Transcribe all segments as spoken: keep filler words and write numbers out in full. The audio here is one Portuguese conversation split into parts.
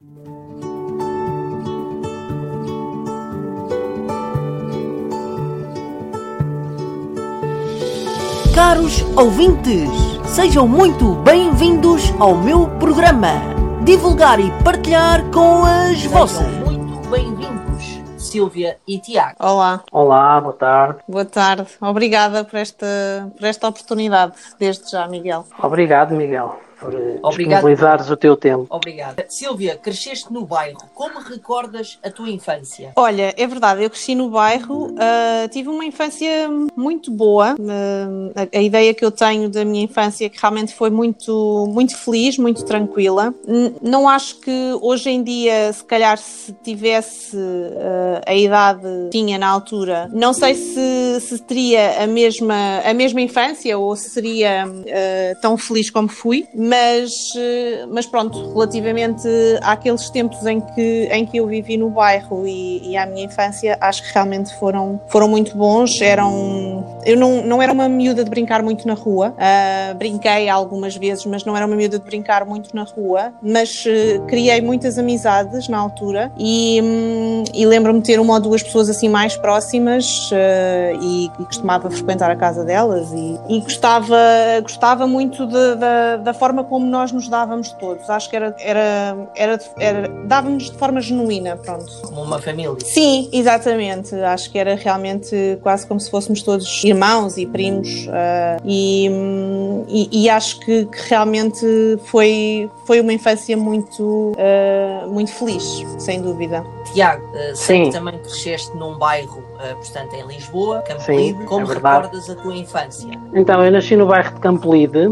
Caros ouvintes, sejam muito bem-vindos ao meu programa Divulgar e Partilhar com as Sejam Vossas. muito bem-vindos, Sílvia e Tiago. Olá, Olá, boa tarde. boa tarde. Obrigada por esta, por esta oportunidade, desde já, Miguel. Obrigado, Miguel, por Obrigado. disponibilizares o teu tempo. Obrigada. Sílvia, cresceste no bairro. Como recordas a tua infância? Olha, é verdade, eu cresci no bairro, uh, tive uma infância muito boa. Uh, a, a ideia que eu tenho da minha infância é que realmente foi muito, muito feliz, muito tranquila. N- não acho que hoje em dia, se calhar, se tivesse uh, a idade que tinha na altura, não sei se, se teria a mesma, a mesma infância ou se seria uh, tão feliz como fui, mas, uh, mas pronto, relativamente àqueles tempos em que, em que eu vivi no bairro e, e à minha infância, acho que realmente foram, foram muito bons. Eram, eu não, não era uma miúda de brincar muito na rua, uh, brinquei algumas vezes, mas não era uma miúda de brincar muito na rua, mas uh, criei muitas amizades na altura e, um, e lembro-me de ter uma ou duas pessoas assim mais próximas uh, e, e costumava frequentar a casa delas e, e gostava, gostava muito de, de, da forma como nós nos dávamos todos. Acho que era, era, era, era dávamos de forma genuína, pronto. Como uma família? Sim, exatamente. Acho que era realmente quase como se fôssemos todos irmãos e primos uh, e, e, e acho que, que realmente foi, foi uma infância muito, uh, muito feliz, sem dúvida. Tiago, uh, sei Sim. que também cresceste num bairro, uh, portanto, em Lisboa, Campo Sim, Lide. Como é verdade. recordas a tua infância? Então, eu nasci no bairro de Campo Lide.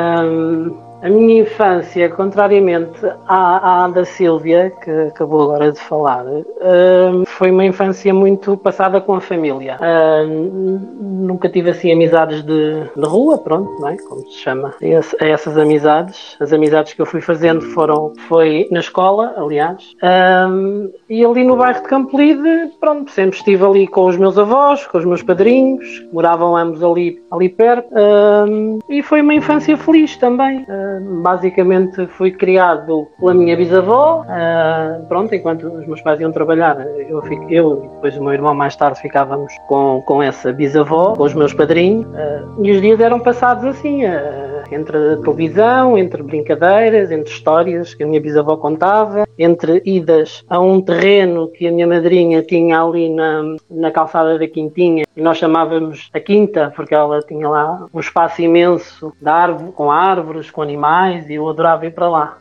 Ahm, a minha infância, contrariamente à, à da Sílvia, que acabou agora de falar, ahm, foi uma infância muito passada com a família. Ahm, nunca tive assim amizades de, de rua, pronto, não é? Como se chama esse, essas amizades. As amizades que eu fui fazendo foram foi na escola, aliás. Ahm, e ali no bairro de Campo Lide, pronto, sempre estive ali com os meus avós, com os meus padrinhos, moravam ambos ali, ali perto. Ahm, e foi uma infância feliz também. Ahm, basicamente fui criado pela minha bisavó. Ahm, pronto, enquanto os meus pais iam trabalhar, eu, fico, eu e depois o meu irmão mais tarde ficávamos com, com essa bisavó, com os meus padrinhos. Ahm, e os dias eram passados assim, ah, entre a televisão, entre brincadeiras, entre histórias que a minha bisavó contava, entre idas a um terreno que a minha madrinha tinha ali na, na calçada da Quintinha, e nós chamávamos a Quinta, porque ela tinha lá um espaço imenso de árvore, com árvores, com animais, e eu adorava ir para lá.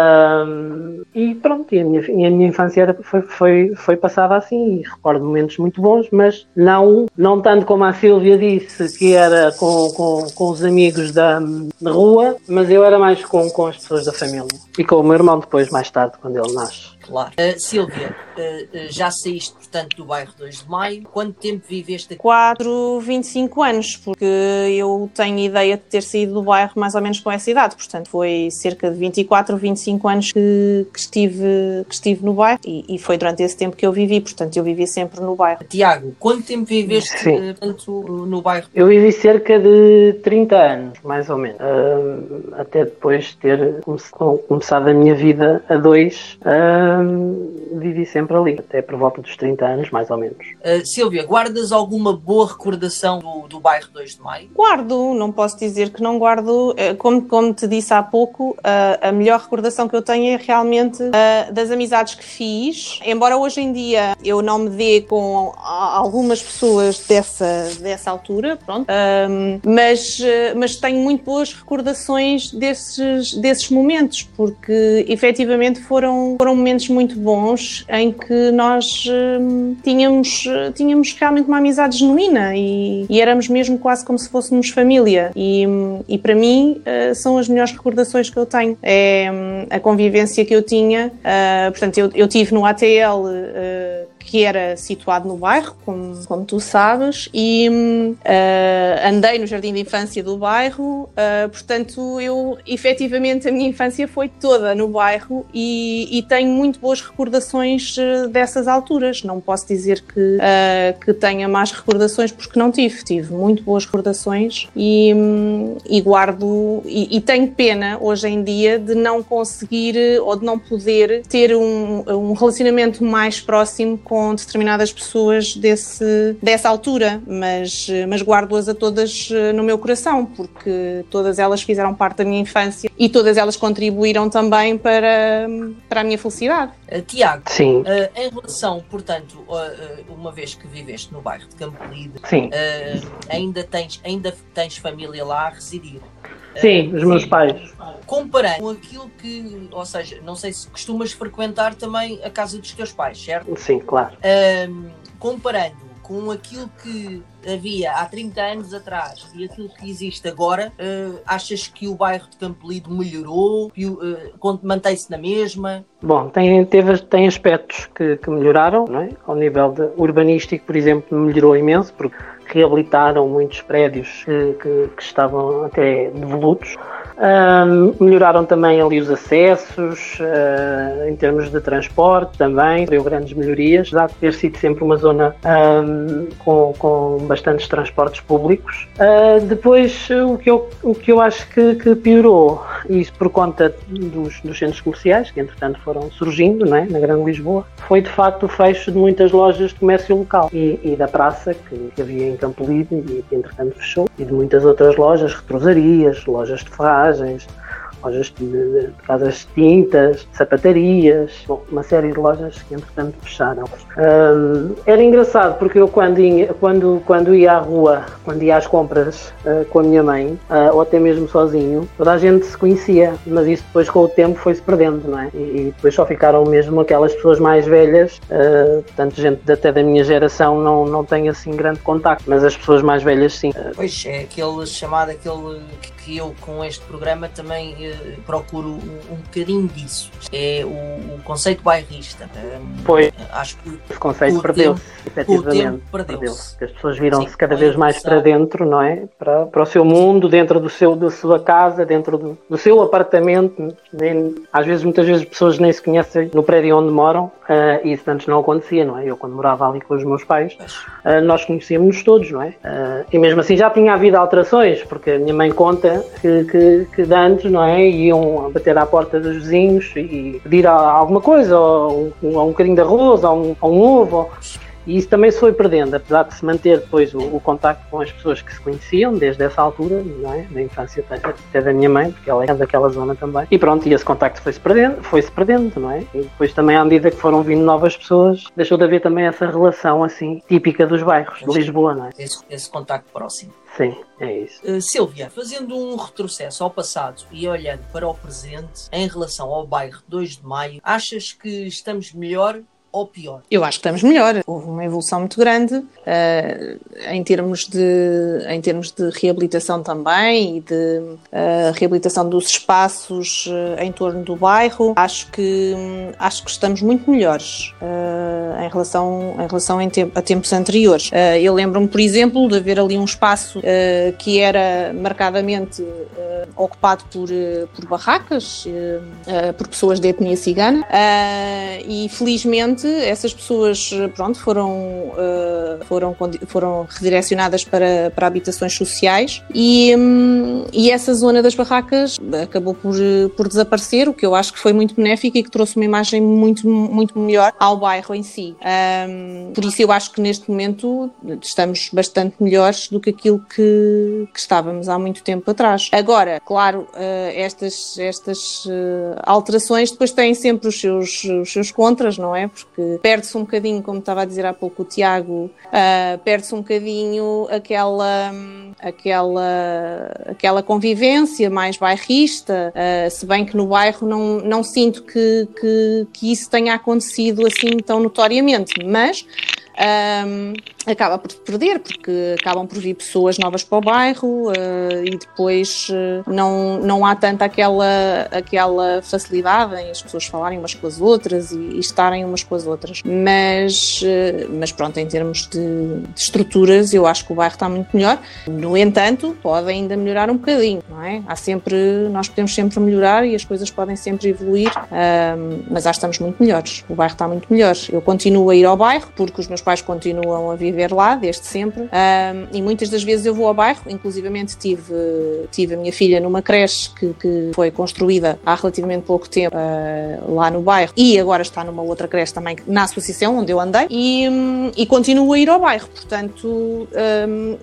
Um, e pronto, e a minha, e a minha infância era, foi, foi, foi passada assim, e recordo momentos muito bons, mas não, não tanto como a Sílvia disse, que era com, com, com os amigos da, da rua, mas eu era mais com, com as pessoas da família. E com o meu irmão depois, mais tarde, quando ele nasce. Claro. Uh, Sílvia, uh, uh, já saíste, portanto, do bairro dois de Maio. Quanto tempo viveste aqui? quatro, vinte e cinco anos, porque eu tenho ideia de ter saído do bairro mais ou menos com essa idade, portanto foi cerca de vinte e quatro, vinte e cinco anos que, que, estive, que estive no bairro e, e foi durante esse tempo que eu vivi, portanto eu vivi sempre no bairro. Tiago, quanto tempo viveste Sim. uh, portanto, no bairro? Eu vivi cerca de trinta anos, mais ou menos, uh, até depois de ter come- começado a minha vida a dois, uh, vivi sempre ali, até por volta dos trinta anos, mais ou menos. Uh, Sílvia, guardas alguma boa recordação do, do bairro dois de Maio? Guardo, não posso dizer que não guardo, como, como te disse há pouco, a, a melhor recordação que eu tenho é realmente a, das amizades que fiz, embora hoje em dia eu não me dê com a- algumas pessoas dessa, dessa altura, pronto, um, mas, mas tenho muito boas recordações desses, desses momentos, porque efetivamente foram, foram momentos muito bons em que nós hum, tínhamos, tínhamos realmente uma amizade genuína e, e éramos mesmo quase como se fôssemos família e, e para mim uh, são as melhores recordações que eu tenho. É um, a convivência que eu tinha, uh, portanto eu, eu tive no A T L uh, que era situado no bairro, como, como tu sabes, e uh, andei no jardim de infância do bairro, uh, portanto eu, efetivamente, a minha infância foi toda no bairro e, e tenho muito boas recordações uh, dessas alturas. Não posso dizer que, uh, que tenha más recordações, porque não tive. Tive muito boas recordações e, um, e guardo, e, e tenho pena hoje em dia de não conseguir ou de não poder ter um, um relacionamento mais próximo com determinadas pessoas desse, dessa altura, mas, mas guardo-as a todas no meu coração, porque todas elas fizeram parte da minha infância e todas elas contribuíram também para, para a minha felicidade. Uh, Tiago, Sim. Uh, em relação, portanto, uh, uma vez que viveste no bairro de Campolide, Sim. Uh, ainda, tens, ainda tens família lá a residir? Sim, uh, os meus sim. pais. Comparando com aquilo que, ou seja, não sei se costumas frequentar também a casa dos teus pais, certo? Sim, claro. Uh, comparando com aquilo que havia há trinta anos atrás e aquilo que existe agora, uh, achas que o bairro de Campolide melhorou? Uh, mantém-se na mesma? Bom, tem, teve, tem aspectos que, que melhoraram, não é? Ao nível de, urbanístico, por exemplo, melhorou imenso, porque reabilitaram muitos prédios que, que, que estavam até devolutos. Um, melhoraram também ali os acessos, uh, em termos de transporte também, deu grandes melhorias, apesar de ter sido sempre uma zona um, com, com bastantes transportes públicos. Uh, depois, o que eu, o que eu acho que, que piorou, isso por conta dos, dos centros comerciais, que entretanto foram surgindo, não é, na Grande Lisboa, foi de facto o fecho de muitas lojas de comércio local e, e da praça que, que havia em Campolide e que entretanto fechou, e de muitas outras lojas, retrosarias, lojas de ferragens, lojas de, de, de casas de tintas, de sapatarias, bom, uma série de lojas que entretanto fecharam. Um, era engraçado porque eu quando ia, quando, quando ia à rua, quando ia às compras uh, com a minha mãe, uh, ou até mesmo sozinho, toda a gente se conhecia, mas isso depois com o tempo foi-se perdendo, não é? E, e depois só ficaram mesmo aquelas pessoas mais velhas, uh, portanto gente até da minha geração não, não tem assim grande contacto, mas as pessoas mais velhas sim. Pois, é aquele chamado, aquele que eu com este programa também eh, procuro um, um bocadinho disso, é o, o conceito bairrista. Um, pois, acho que esse conceito perdeu-se, efetivamente, perdeu-se. Perdeu-se. As pessoas viram-se cada vez mais para dentro, não é? Para, para o seu mundo, dentro do seu, da sua casa, dentro do, do seu apartamento. Nem, às vezes, muitas vezes, pessoas nem se conhecem no prédio onde moram, uh, e isso antes não acontecia, não é? Eu, quando morava ali com os meus pais, uh, nós conhecíamos-nos todos, não é? Uh, e mesmo assim já tinha havido alterações, porque a minha mãe conta que, que, que de antes, não é? Iam bater à porta dos vizinhos e pedir alguma coisa, ou um, um, um bocadinho de arroz, ou um, ou um ovo, ou... E isso também se foi perdendo, apesar de se manter depois o, o contacto com as pessoas que se conheciam desde essa altura, não é? Da infância até, até da minha mãe, porque ela é daquela zona também. E pronto, e esse contacto foi-se perdendo, foi-se perdendo, não é? E depois também, à medida que foram vindo novas pessoas, deixou de haver também essa relação assim típica dos bairros de Lisboa, não é? Esse, esse contacto próximo. Sim, é isso. Uh, Sílvia, fazendo um retrocesso ao passado e olhando para o presente em relação ao bairro dois de Maio, achas que estamos melhor ou pior? Eu acho que estamos melhor. Houve uma evolução muito grande uh, em, termos de, em termos de reabilitação também e de uh, reabilitação dos espaços uh, em torno do bairro. Acho que, um, acho que estamos muito melhores uh, em relação, em relação em te- a tempos anteriores. Uh, eu lembro-me, por exemplo, de haver ali um espaço uh, que era marcadamente uh, ocupado por, uh, por barracas, uh, uh, por pessoas de etnia cigana, uh, e felizmente essas pessoas, pronto, foram, uh, foram, foram redirecionadas para, para habitações sociais e, um, e essa zona das barracas acabou por, por desaparecer, o que eu acho que foi muito benéfico e que trouxe uma imagem muito, muito melhor ao bairro em si. Um, por isso eu acho que neste momento estamos bastante melhores do que aquilo que, que estávamos há muito tempo atrás. Agora, claro, uh, estas, estas uh, alterações depois têm sempre os seus, os seus contras, não é? Porque perde-se um bocadinho, como estava a dizer há pouco o Tiago, uh, perde-se um bocadinho aquela, aquela, aquela convivência mais bairrista, uh, se bem que no bairro não, não sinto que, que, que isso tenha acontecido assim tão notoriamente, mas um, acaba por perder, porque acabam por vir pessoas novas para o bairro uh, e depois uh, não, não há tanta aquela, aquela facilidade em as pessoas falarem umas com as outras e, e estarem umas com as outras. Mas, uh, mas pronto, em termos de, de estruturas, eu acho que o bairro está muito melhor. No entanto, pode ainda melhorar um bocadinho, não é? Há sempre, nós podemos sempre melhorar e as coisas podem sempre evoluir, um, mas acho que estamos muito melhores. O bairro está muito melhor. Eu continuo a ir ao bairro porque os meus pais continuam a viver lá desde sempre, um, e muitas das vezes eu vou ao bairro, inclusivamente tive, tive a minha filha numa creche que, que foi construída há relativamente pouco tempo uh, lá no bairro e agora está numa outra creche também na associação onde eu andei e, um, e continuo a ir ao bairro, portanto um,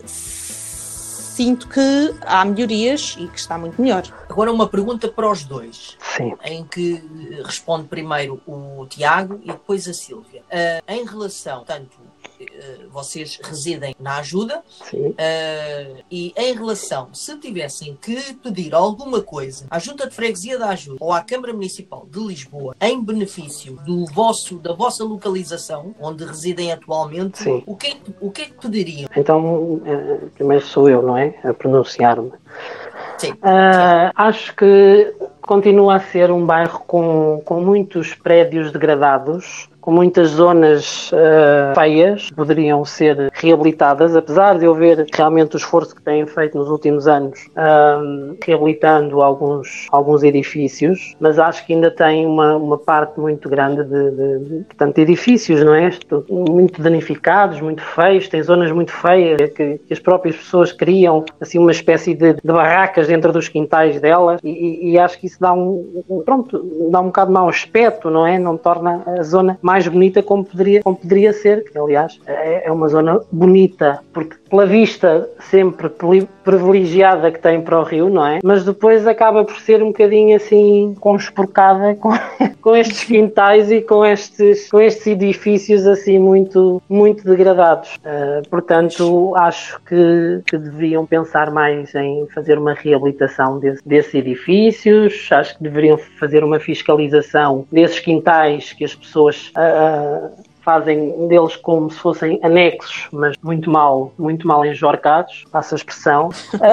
sinto que há melhorias e que está muito melhor. Agora uma pergunta para os dois. Sim. Em que responde primeiro o Tiago e depois a Sílvia. Uh, em relação, tanto uh, vocês residem na ajuda, Sim. Uh, e em relação, se tivessem que pedir alguma coisa à Junta de Freguesia da Ajuda ou à Câmara Municipal de Lisboa em benefício do vosso, da vossa localização, onde residem atualmente, Sim. o que, é que, o que é que pediriam? Então, uh, primeiro sou eu, não é? A pronunciar-me. Sim. Uh, acho que continua a ser um bairro com, com muitos prédios degradados, com muitas zonas uh, feias, poderiam ser reabilitadas, apesar de eu ver realmente o esforço que têm feito nos últimos anos, um, reabilitando alguns, alguns edifícios, mas acho que ainda tem uma, uma parte muito grande de, de, de portanto, edifícios, não é? Muito danificados, muito feios, tem zonas muito feias, que, que as próprias pessoas criam assim uma espécie de, de barracas dentro dos quintais delas, e, e acho que isso dá um, um, pronto, dá um bocado mau aspecto, não é? Não torna a zona mais bonita como poderia, como poderia ser, que aliás é, é uma zona bonita, porque pela vista sempre privilegiada que tem para o rio, não é? Mas depois acaba por ser um bocadinho assim conspurcada com, com estes quintais e com estes, com estes edifícios assim muito, muito degradados. Uh, portanto, acho que, que deveriam pensar mais em fazer uma reabilitação desse, desses edifícios, acho que deveriam fazer uma fiscalização desses quintais que as pessoas Uh, fazem deles como se fossem anexos, mas muito mal, muito mal enjorcados, passa a expressão.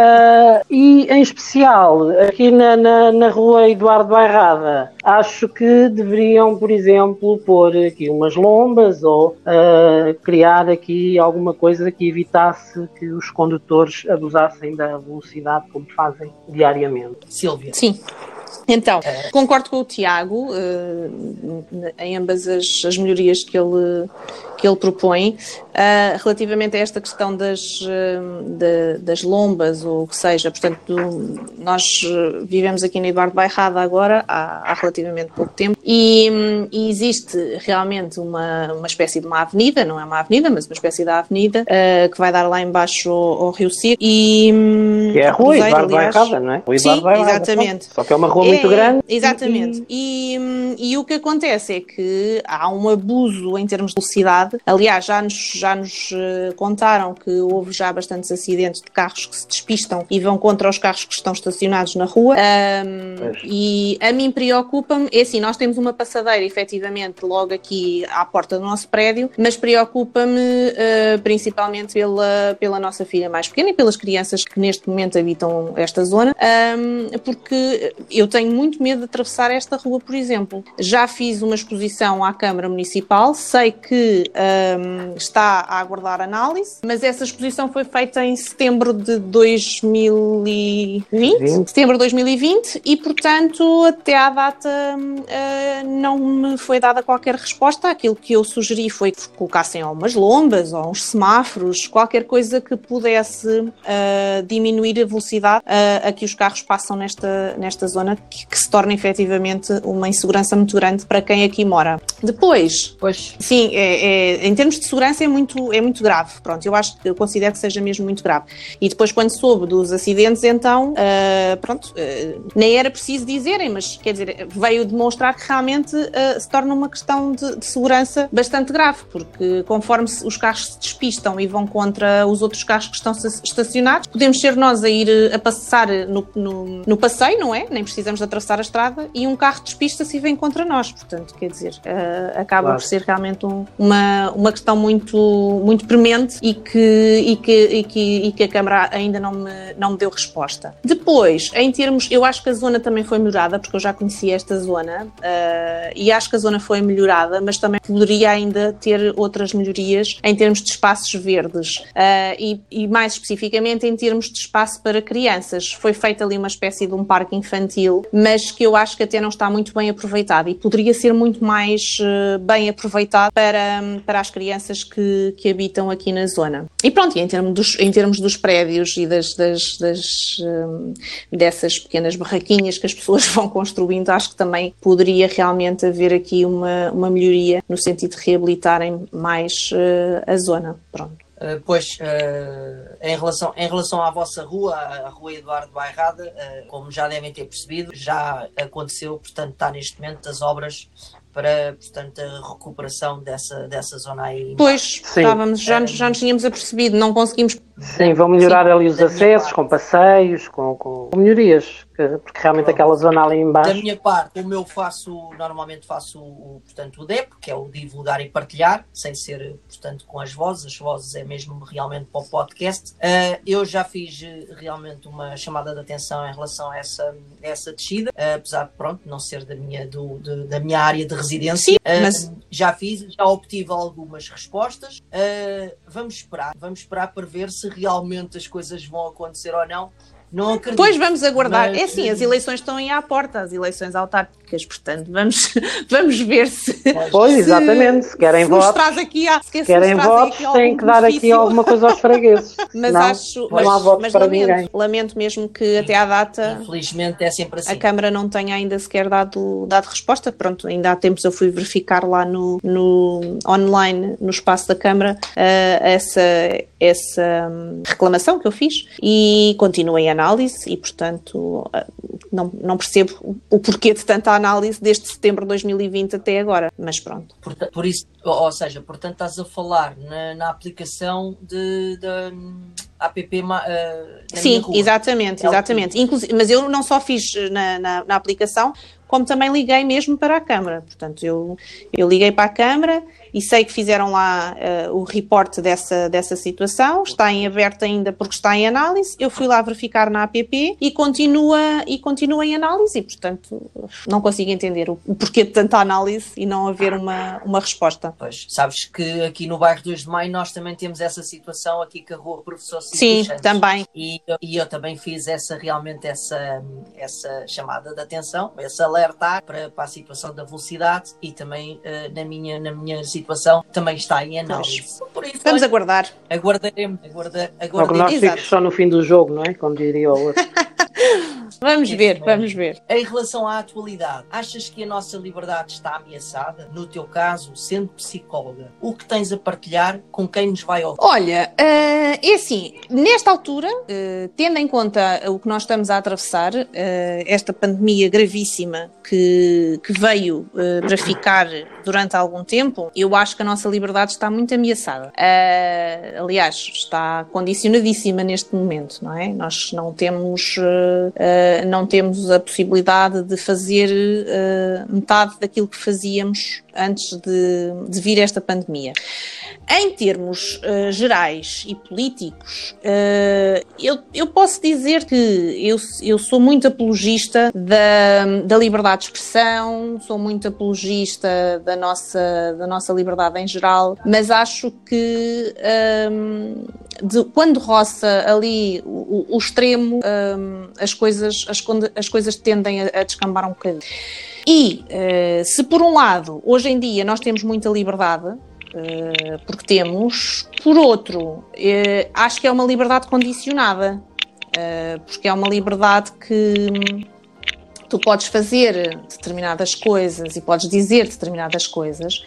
Uh, e, em especial, aqui na, na, na rua Eduardo Bairrada, acho que deveriam, por exemplo, pôr aqui umas lombas ou uh, criar aqui alguma coisa que evitasse que os condutores abusassem da velocidade como fazem diariamente. Sílvia. Sim. Então, concordo com o Tiago uh, em ambas as, as melhorias que ele, que ele propõe. Uh, relativamente a esta questão das, uh, de, das lombas, ou o que seja, portanto, do, nós vivemos aqui na Eduardo Bairrada agora, há, há relativamente pouco tempo, e, e existe realmente uma, uma espécie de uma avenida, não é uma avenida, mas uma espécie de avenida, uh, que vai dar lá embaixo ao, ao Rio Circo. E, que é a rua Eduardo Bairrada, não é? O Sim, Bairrada, exatamente. Só que é uma rua muito é, grande. Exatamente. E, e, e o que acontece é que há um abuso em termos de velocidade. Aliás, já nos, já nos uh, contaram que houve já bastantes acidentes de carros que se despistam e vão contra os carros que estão estacionados na rua. Um, e a mim preocupa-me, é assim, nós temos uma passadeira, efetivamente, logo aqui à porta do nosso prédio, mas preocupa-me uh, principalmente pela, pela nossa filha mais pequena e pelas crianças que neste momento habitam esta zona, um, porque eu tenho muito medo de atravessar esta rua, por exemplo. Já fiz uma exposição à Câmara Municipal, sei que um, está a aguardar análise, mas essa exposição foi feita em setembro de dois mil e vinte, setembro de dois mil e vinte, e portanto até à data uh, não me foi dada qualquer resposta. Aquilo que eu sugeri foi que colocassem umas lombas ou uns semáforos, qualquer coisa que pudesse uh, diminuir a velocidade uh, a que os carros passam nesta, nesta zona, que, que se torna efetivamente uma insegurança muito grande para quem aqui mora. Depois, pois. sim, é, é, em termos de segurança é muito, é muito grave. Pronto, eu acho que eu considero que seja mesmo muito grave. E depois, quando soube dos acidentes, então, uh, pronto, uh, nem era preciso dizerem, mas quer dizer, veio demonstrar que realmente uh, se torna uma questão de, de segurança bastante grave, porque conforme se, os carros se despistam e vão contra os outros carros que estão estacionados, podemos ser nós a ir a passar no, no, no passeio, não é? Nem precisamos de atravessar a estrada e um carro despista-se e vem contra nós. Portanto, quer dizer, uh, acaba claro. por ser realmente um, uma uma, uma questão muito, muito premente e que, e, que, e, que, e que a Câmara ainda não me, não me deu resposta. Depois, em termos, eu acho que a zona também foi melhorada, porque eu já conhecia esta zona, uh, e acho que a zona foi melhorada, mas também poderia ainda ter outras melhorias em termos de espaços verdes, uh, e, e mais especificamente em termos de espaço para crianças. Foi feita ali uma espécie de um parque infantil, mas que eu acho que até não está muito bem aproveitado e poderia ser muito mais uh, bem aproveitado para, para as crianças que, que habitam aqui na zona. E pronto, e em termos dos, em termos dos prédios e das, das, das, um, dessas pequenas barraquinhas que as pessoas vão construindo, acho que também poderia realmente haver aqui uma, uma melhoria no sentido de reabilitarem mais uh, a zona. Pronto. Uh, pois, uh, em, relação, em relação à vossa rua, a Rua Eduardo Bairrada, uh, como já devem ter percebido, já aconteceu, portanto está neste momento as obras para, portanto, a recuperação dessa, dessa zona aí. Pois, estávamos, já, nos, já nos tínhamos apercebido, não conseguimos... Sim, vão melhorar Sim, ali os acessos, parte. com passeios, com, com melhorias, porque realmente Pronto. aquela zona ali em baixo... Da minha parte, o meu faço, normalmente faço o, portanto, o D E P, que é o divulgar e partilhar, sem ser, portanto, com as vozes, as vozes é mesmo realmente para o podcast. Uh, eu já fiz realmente uma chamada de atenção em relação a essa, a essa descida, uh, apesar de, pronto, não ser da minha, do, de, da minha área de residência. Sim, mas... uh, já fiz, já obtive algumas respostas. Uh, vamos esperar, vamos esperar para ver se realmente as coisas vão acontecer ou não. Não acredito. Pois vamos aguardar. Mas... É assim, as eleições estão aí à porta, as eleições autárquicas, portanto, vamos, vamos ver se. Pois, se, exatamente. Se querem se votos, traz aqui, se se querem votos, têm que dar aqui alguma coisa aos fregueses. Mas não, acho. Não há votos mas para lamento, ninguém. Lamento mesmo que até à data. Infelizmente é sempre assim. A Câmara não tenha ainda sequer dado, dado resposta. Pronto, ainda há tempos eu fui verificar lá no, no online, no espaço da Câmara, uh, essa, essa um, reclamação que eu fiz e continuo em análise e, portanto, Portanto, não, não percebo o porquê de tanta análise desde setembro de dois mil e vinte até agora, mas pronto. Por, por isso, ou seja, portanto estás a falar na, na aplicação de, de app uh, da Sim, minha rua. exatamente, é exatamente. Inclusive, mas eu não só fiz na, na, na aplicação, como também liguei mesmo para a Câmara. Portanto, eu, eu liguei para a Câmara e sei que fizeram lá uh, o reporte dessa, dessa situação, está em aberto ainda porque está em análise, eu fui lá verificar na app e continua, e continua em análise e, portanto, não consigo entender o, o porquê de tanta análise e não haver uma, uma resposta. Pois, sabes que aqui no bairro dois de Maio nós também temos essa situação aqui com a Rua Professor Cid Sim, dos Santos. também. E, e eu também fiz essa, realmente essa, essa chamada de atenção, esse alertar para, para a situação da velocidade e também uh, na, minha, na minha situação também está em análise. Por isso, vamos olha, aguardar. Aguardaremos, aguarda, aguardaremos. Prognósticos só no fim do jogo, não é? Como diria o outro. Vamos ver, vamos ver. Em relação à atualidade, achas que a nossa liberdade está ameaçada? No teu caso, sendo psicóloga, o que tens a partilhar com quem nos vai ouvir? Olha, uh, é assim, nesta altura, uh, tendo em conta o que nós estamos a atravessar, uh, esta pandemia gravíssima que, que veio uh, para ficar durante algum tempo, eu acho que a nossa liberdade está muito ameaçada. Uh, aliás, está condicionadíssima neste momento, não é? Nós não temos... Uh, uh, não temos a possibilidade de fazer uh, metade daquilo que fazíamos antes de, de vir esta pandemia. Em termos uh, gerais e políticos, uh, eu, eu posso dizer que eu, eu sou muito apologista da, da liberdade de expressão, sou muito apologista da nossa, da nossa liberdade em geral, mas acho que um, de, quando roça ali o, o extremo, um, as, coisas, as, as coisas tendem a, a descambar um bocadinho. E uh, se por um lado, hoje em dia, nós temos muita liberdade, Uh, porque temos, por outro, uh, acho que é uma liberdade condicionada, uh, porque é uma liberdade que tu podes fazer determinadas coisas e podes dizer determinadas coisas,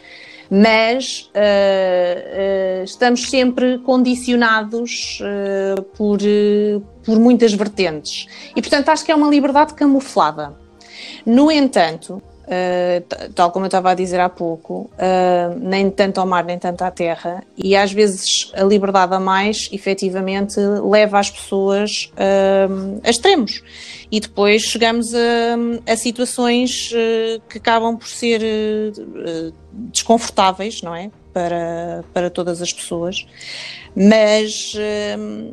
mas uh, uh, estamos sempre condicionados uh, por, uh, por muitas vertentes e, portanto, acho que é uma liberdade camuflada. No entanto, uh, tal como eu estava a dizer há pouco, uh, nem tanto ao mar, nem tanto à terra, e às vezes a liberdade a mais, efetivamente, leva as pessoas uh, a extremos. E depois chegamos a, a situações uh, que acabam por ser uh, desconfortáveis, não é? Para, para todas as pessoas. Mas, uh,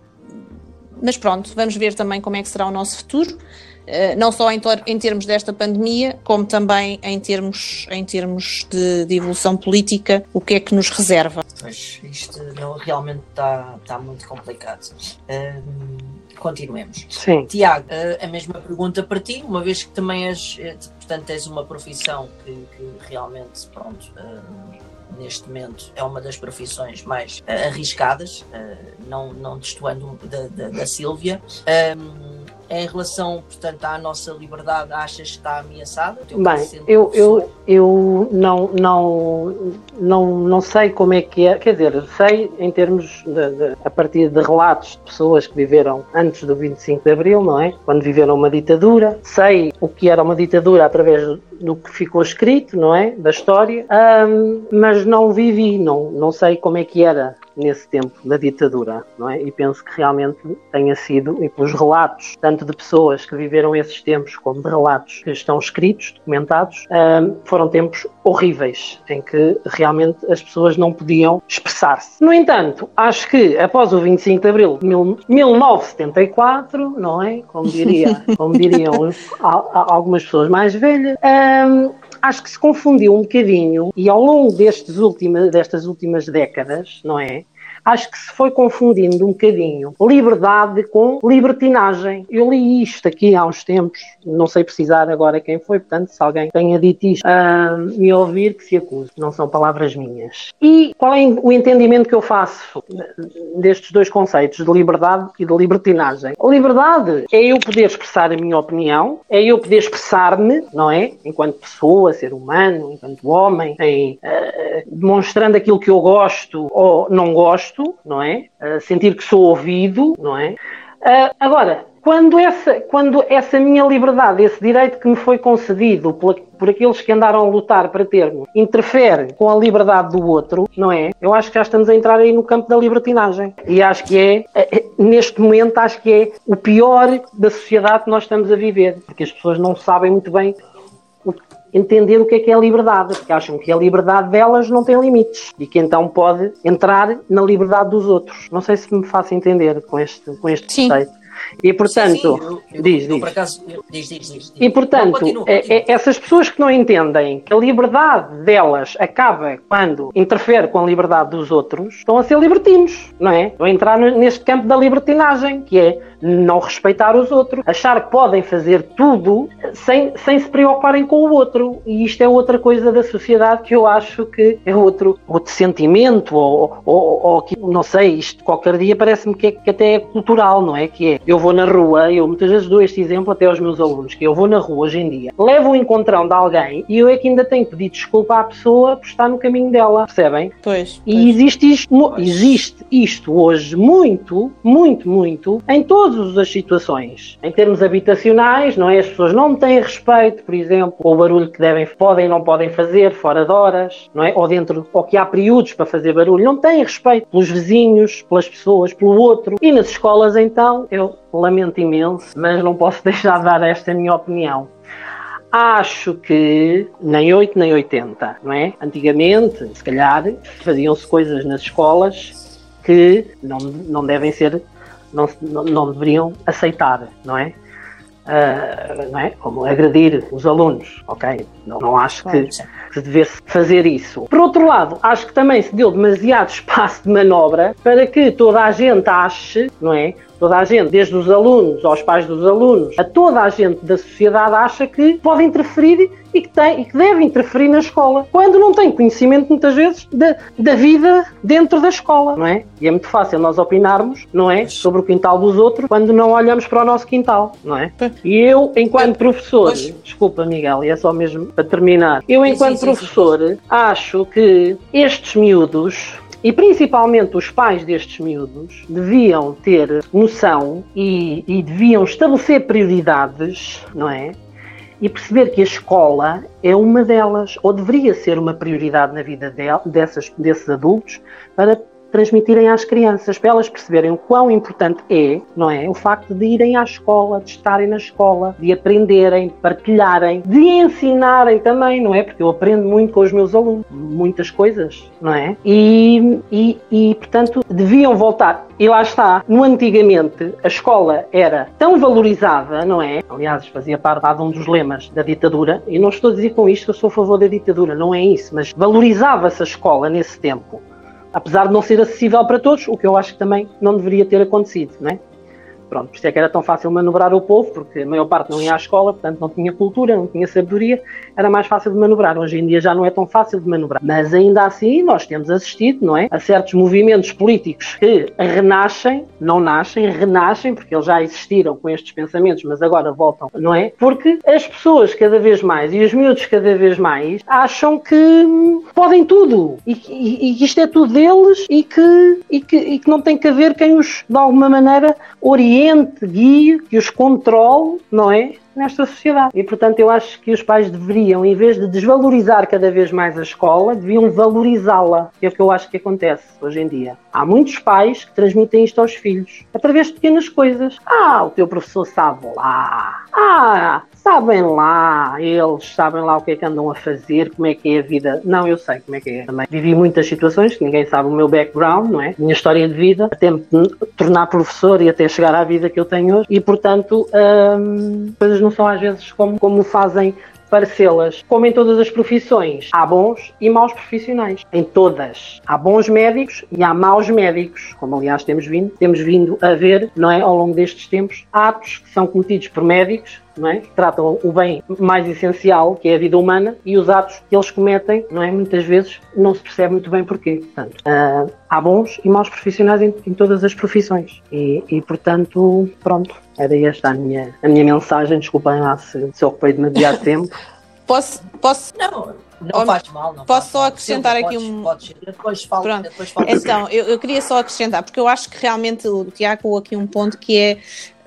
mas pronto, vamos ver também como é que será o nosso futuro. Uh, não só em, em termos desta pandemia, como também em termos, em termos de, de evolução política, o que é que nos reserva. Pois, isto não, realmente está, está muito complicado. Uh, Continuemos. Sim. Tiago, a mesma pergunta para ti, uma vez que também és, portanto, tens uma profissão que, que realmente, pronto, uh, neste momento é uma das profissões mais uh, arriscadas, uh, não, não destoando da, da, da Sílvia. Um, em relação, portanto, à nossa liberdade, achas que está ameaçada? Bem, eu, eu, eu não, não, não, não sei como é que é, quer dizer, sei em termos, de, de, a partir de relatos de pessoas que viveram antes do vinte e cinco de Abril, não é? Quando viveram uma ditadura, sei o que era uma ditadura através do que ficou escrito, não é? Da história, um, mas não vivi, não, não sei como é que era nesse tempo da ditadura, não é? E penso que realmente tenha sido, e pelos relatos, tanto de pessoas que viveram esses tempos, como de relatos que estão escritos, documentados, um, foram tempos horríveis, em que realmente as pessoas não podiam expressar-se. No entanto, acho que após o vinte e cinco de Abril de mil novecentos e setenta e quatro, não é? Como, diria, como diriam algumas pessoas mais velhas, um, acho que se confundiu um bocadinho, e ao longo destes última, destas últimas décadas, não é? Acho que se foi confundindo um bocadinho liberdade com libertinagem. Eu li isto aqui há uns tempos, não sei precisar agora quem foi, portanto, se alguém tenha dito isto, uh, me ouvir, que se acuse, não são palavras minhas. E qual é o entendimento que eu faço destes dois conceitos, de liberdade e de libertinagem? A liberdade é eu poder expressar a minha opinião, é eu poder expressar-me, não é? Enquanto pessoa, ser humano, enquanto homem, em, uh, demonstrando aquilo que eu gosto ou não gosto, não é? Uh, sentir que sou ouvido, não é? Uh, agora, quando essa, quando essa minha liberdade, esse direito que me foi concedido por, por aqueles que andaram a lutar para ter-me, interfere com a liberdade do outro, não é? Eu acho que já estamos a entrar aí no campo da libertinagem. E acho que é, é, neste momento, acho que é o pior da sociedade que nós estamos a viver. Porque as pessoas não sabem muito bem entender o que é que é a liberdade, porque acham que a liberdade delas não tem limites e que então pode entrar na liberdade dos outros. Não sei se me faço entender com este, com este conceito. E portanto, sim, sim. Eu, eu, diz, eu, diz. Por acaso, eu, diz, diz, diz, diz. E portanto, não, continua, continua. É, é, essas pessoas que não entendem que a liberdade delas acaba quando interfere com a liberdade dos outros, estão a ser libertinos, não é? Estão a entrar neste campo da libertinagem, que é não respeitar os outros, achar que podem fazer tudo sem, sem se preocuparem com o outro. E isto é outra coisa da sociedade que eu acho que é outro, outro sentimento, ou, ou, ou que, não sei, isto qualquer dia parece-me que, é, que até é cultural, não é? Que é, eu vou na rua, eu muitas vezes dou este exemplo até aos meus alunos, que eu vou na rua hoje em dia, levo um encontrão de alguém e eu é que ainda tenho que pedir desculpa à pessoa por estar no caminho dela, percebem? Pois, e pois. Existe, isto, pois. existe isto hoje muito, muito, muito, em todas as situações. Em termos habitacionais, não é? As pessoas não têm respeito, por exemplo, com o barulho que devem, podem e não podem fazer fora de horas, não é? Ou dentro, ou que há períodos para fazer barulho, não têm respeito pelos vizinhos, pelas pessoas, pelo outro. E nas escolas, então, eu lamento imenso, mas não posso deixar de dar esta minha opinião. Acho que nem oito nem oitenta, não é? Antigamente, se calhar, faziam-se coisas nas escolas que não, não devem ser, não, não, não deveriam aceitar, não é? Uh, não é? Como agredir os alunos, ok? Não, não acho que, que se devesse fazer isso. Por outro lado, acho que também se deu demasiado espaço de manobra para que toda a gente ache, não é? Toda a gente, desde os alunos aos pais dos alunos, a toda a gente da sociedade acha que pode interferir e que, tem, e que deve interferir na escola, quando não tem conhecimento, muitas vezes, da, da vida dentro da escola, não é? E é muito fácil nós opinarmos, não é? Sobre o quintal dos outros, quando não olhamos para o nosso quintal, não é? E eu, enquanto professor, desculpa, Miguel, e é só mesmo para terminar, eu, enquanto sim, sim, professor, sim, sim. acho que estes miúdos, e principalmente os pais destes miúdos, deviam ter noção e, e deviam estabelecer prioridades, não é? e perceber que a escola é uma delas, ou deveria ser uma prioridade na vida de, dessas, desses adultos, para transmitirem às crianças, para elas perceberem o quão importante é, não é, o facto de irem à escola, de estarem na escola, de aprenderem, de partilharem, de ensinarem também, não é? Porque eu aprendo muito com os meus alunos, muitas coisas, não é? E, e, e portanto, deviam voltar. E lá está, no antigamente, a escola era tão valorizada, não é? Aliás, fazia parte de um dos lemas da ditadura, e não estou a dizer com isto que eu sou a favor da ditadura, não é isso, mas valorizava-se a escola nesse tempo. Apesar de não ser acessível para todos, o que eu acho que também não deveria ter acontecido, não é? Pronto, por isso é que era tão fácil manobrar o povo, porque a maior parte não ia à escola, portanto não tinha cultura, não tinha sabedoria, era mais fácil de manobrar. Hoje em dia já não é tão fácil de manobrar. Mas ainda assim nós temos assistido, não é, a certos movimentos políticos que renascem, não nascem, renascem, porque eles já existiram com estes pensamentos, mas agora voltam, não é? Porque as pessoas cada vez mais, e os miúdos cada vez mais, acham que podem tudo, e que isto é tudo deles, e que, e, que, e que não tem que haver quem os, de alguma maneira, oriente, guie, que os controle, não é? Nesta sociedade. E, portanto, eu acho que os pais deveriam, em vez de desvalorizar cada vez mais a escola, deviam valorizá-la, que é o que eu acho que acontece hoje em dia. Há muitos pais que transmitem isto aos filhos, através de pequenas coisas. Ah, o teu professor sabe lá. Ah, sabem lá, eles sabem lá o que é que andam a fazer, como é que é a vida. Não, eu sei como é que é. Também vivi muitas situações que ninguém sabe o meu background, não é? Minha história de vida, até me tornar professor e até chegar à vida que eu tenho hoje. E, portanto, hum, coisas não são às vezes como, como fazem parecê-las. Como em todas as profissões, há bons e maus profissionais. Em todas. Há bons médicos e há maus médicos. Como, aliás, temos vindo, temos vindo a ver, não é, ao longo destes tempos, atos que são cometidos por médicos, não é, que tratam o bem mais essencial, que é a vida humana, e os atos que eles cometem, não é, muitas vezes não se percebe muito bem porquê. Portanto, uh, há bons e maus profissionais em, em todas as profissões. E, e, portanto, pronto, era esta a minha, a minha mensagem. Desculpem lá se, se ocupei demasiado tempo. Posso, posso... Não, não faz mal. Não posso faz só mal. acrescentar Sim, aqui podes, um... Podes, depois falo, Pronto. depois falo. Então, eu, eu queria só acrescentar, porque eu acho que realmente o Tiago aqui um ponto que é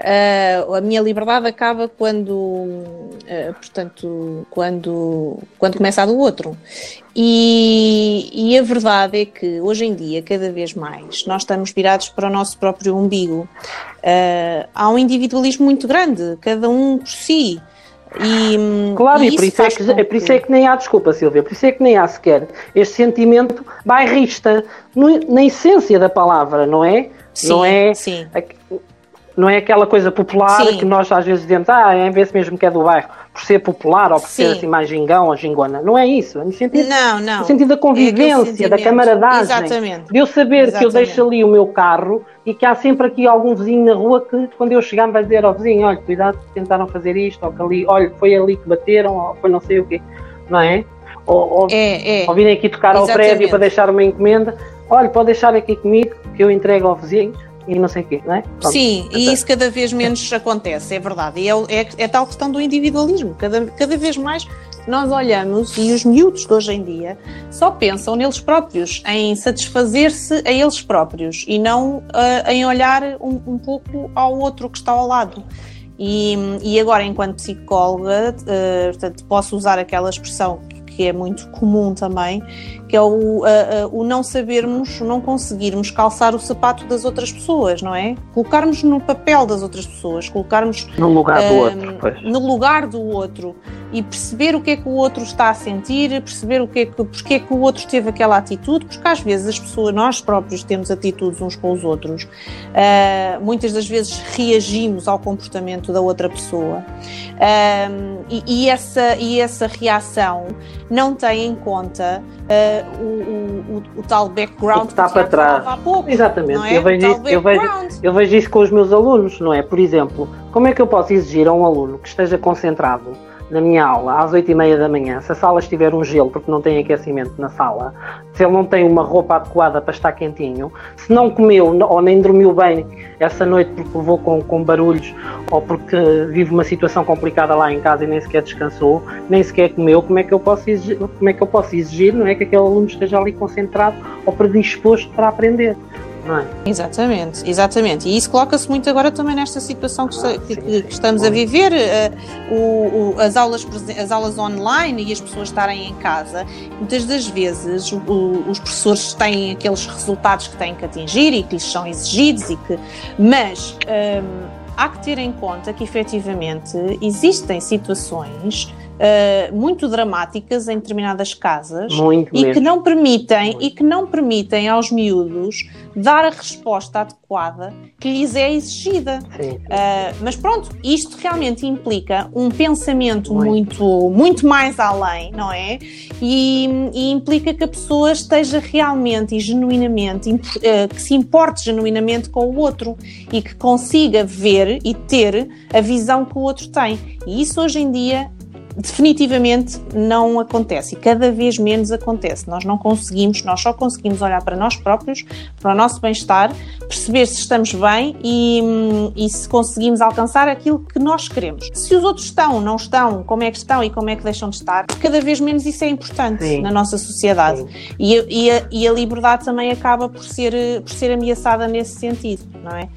uh, a minha liberdade acaba quando, uh, portanto, quando, quando começa a do outro. E, e a verdade é que hoje em dia, cada vez mais, nós estamos virados para o nosso próprio umbigo. Uh, há um individualismo muito grande, cada um por si. E, claro, e, e por isso, é que, é por isso é que nem há, desculpa Silvia, por isso é que nem há sequer este sentimento bairrista, no, na essência da palavra, não é? Sim, não é, sim. Não é aquela coisa popular Sim. que nós às vezes dizemos, ah, é vê-se mesmo que é do bairro, por ser popular ou por Sim. ser assim mais gingão ou gingona. Não é isso, é no sentido, não, não. no sentido da convivência, é da camaradagem. Exatamente. De eu saber Exatamente. que eu deixo ali o meu carro e que há sempre aqui algum vizinho na rua que quando eu chegar me vai dizer ao vizinho, olha, cuidado, tentaram fazer isto, ou que ali, olha, foi ali que bateram, ou foi não sei o quê, não é? Ou, ou, é, é. ou virem aqui tocar Exatamente. ao prédio para deixar uma encomenda, olha, pode deixar aqui comigo que eu entrego ao vizinho. E não sei o quê, não é? Pronto. Sim, e isso cada vez menos acontece, é verdade. E é, é, é tal questão do individualismo. Cada, cada vez mais nós olhamos, e os miúdos de hoje em dia só pensam neles próprios, em satisfazer-se a eles próprios e não uh, em olhar um, um pouco ao outro que está ao lado. E, e agora, enquanto psicóloga, uh, portanto, posso usar aquela expressão que é muito comum também, que é o, uh, uh, o não sabermos, não conseguirmos calçar o sapato das outras pessoas, não é? Colocarmos no papel das outras pessoas, colocarmos no lugar do uh, outro, pois. no lugar do outro e perceber o que é que o outro está a sentir, perceber o que é que, porque é que o outro teve aquela atitude, porque às vezes as pessoas, nós próprios temos atitudes uns com os outros, uh, muitas das vezes reagimos ao comportamento da outra pessoa uh, e, e, essa, e essa reação não tem em conta uh, o, o, o, o tal background que está que para trás. há pouco. Exatamente, é? eu, vejo isso, eu, vejo, eu vejo isso com os meus alunos, não é? Por exemplo, como é que eu posso exigir a um aluno que esteja concentrado na minha aula às oito e meia da manhã, se a sala estiver um gelo porque não tem aquecimento na sala, se ele não tem uma roupa adequada para estar quentinho, se não comeu ou nem dormiu bem essa noite porque levou com, com barulhos ou porque vive uma situação complicada lá em casa e nem sequer descansou, nem sequer comeu, como é que eu posso exigir, como é que eu posso exigir, não é, que aquele aluno esteja ali concentrado ou predisposto para aprender? não é? Exatamente, exatamente. E isso coloca-se muito agora também nesta situação que, ah, que, sim, que, que estamos sim. a viver, uh, o, o, as, aulas, as aulas online e as pessoas estarem em casa. Muitas das vezes o, o, os professores têm aqueles resultados que têm que atingir e que lhes são exigidos, e que, mas um, há que ter em conta que efetivamente existem situações Uh, muito dramáticas em determinadas casas muito e mesmo. que não permitem muito. e que não permitem aos miúdos dar a resposta adequada que lhes é exigida. Sim. Uh, mas pronto, isto realmente implica um pensamento muito, muito, muito mais além, não é? E, e implica que a pessoa esteja realmente e genuinamente, uh, que se importe genuinamente com o outro e que consiga ver e ter a visão que o outro tem. E isso hoje em dia definitivamente não acontece, e cada vez menos acontece. Nós não conseguimos, nós só conseguimos olhar para nós próprios, para o nosso bem-estar, perceber se estamos bem e, e se conseguimos alcançar aquilo que nós queremos. Se os outros estão, não estão, como é que estão e como é que deixam de estar, cada vez menos isso é importante. Sim. Na nossa sociedade. E, e, a, e a liberdade também acaba por ser, por ser ameaçada nesse sentido, não é?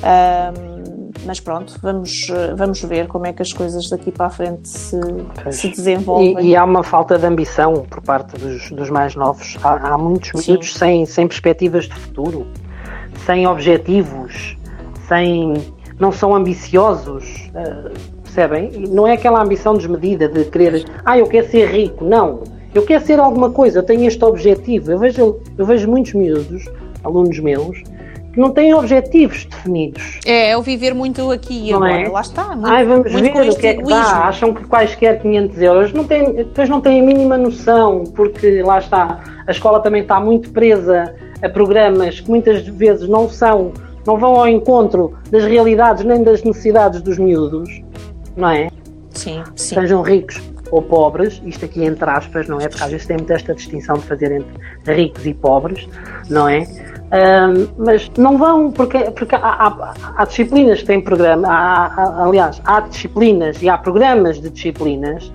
Um, mas pronto, vamos, vamos ver como é que as coisas daqui para a frente se, se desenvolvem. E, e há uma falta de ambição por parte dos, dos mais novos. Há, há muitos miúdos sem, sem perspectivas de futuro, sem objetivos, sem, não são ambiciosos, uh, percebem? Não é aquela ambição desmedida de querer, ah, eu quero ser rico. Não, eu quero ser alguma coisa, eu tenho este objetivo. Eu vejo, eu vejo muitos miúdos, alunos meus, não têm objetivos definidos. É, é o viver muito aqui e não agora, é? Lá está. Muito, Ai, vamos muito ver o que é que dá. Acham que quaisquer quinhentos euros, não têm, depois não têm a mínima noção, porque lá está, a escola também está muito presa a programas que muitas vezes não são, não vão ao encontro das realidades nem das necessidades dos miúdos, não é? Sim, sim. Sejam ricos ou pobres, isto aqui entre aspas, não é? Porque às vezes tem muito esta distinção de fazer entre ricos e pobres, não é? Um, mas não vão, porque, porque há, há, há disciplinas que têm programa, há, há, aliás, há disciplinas e há programas de disciplinas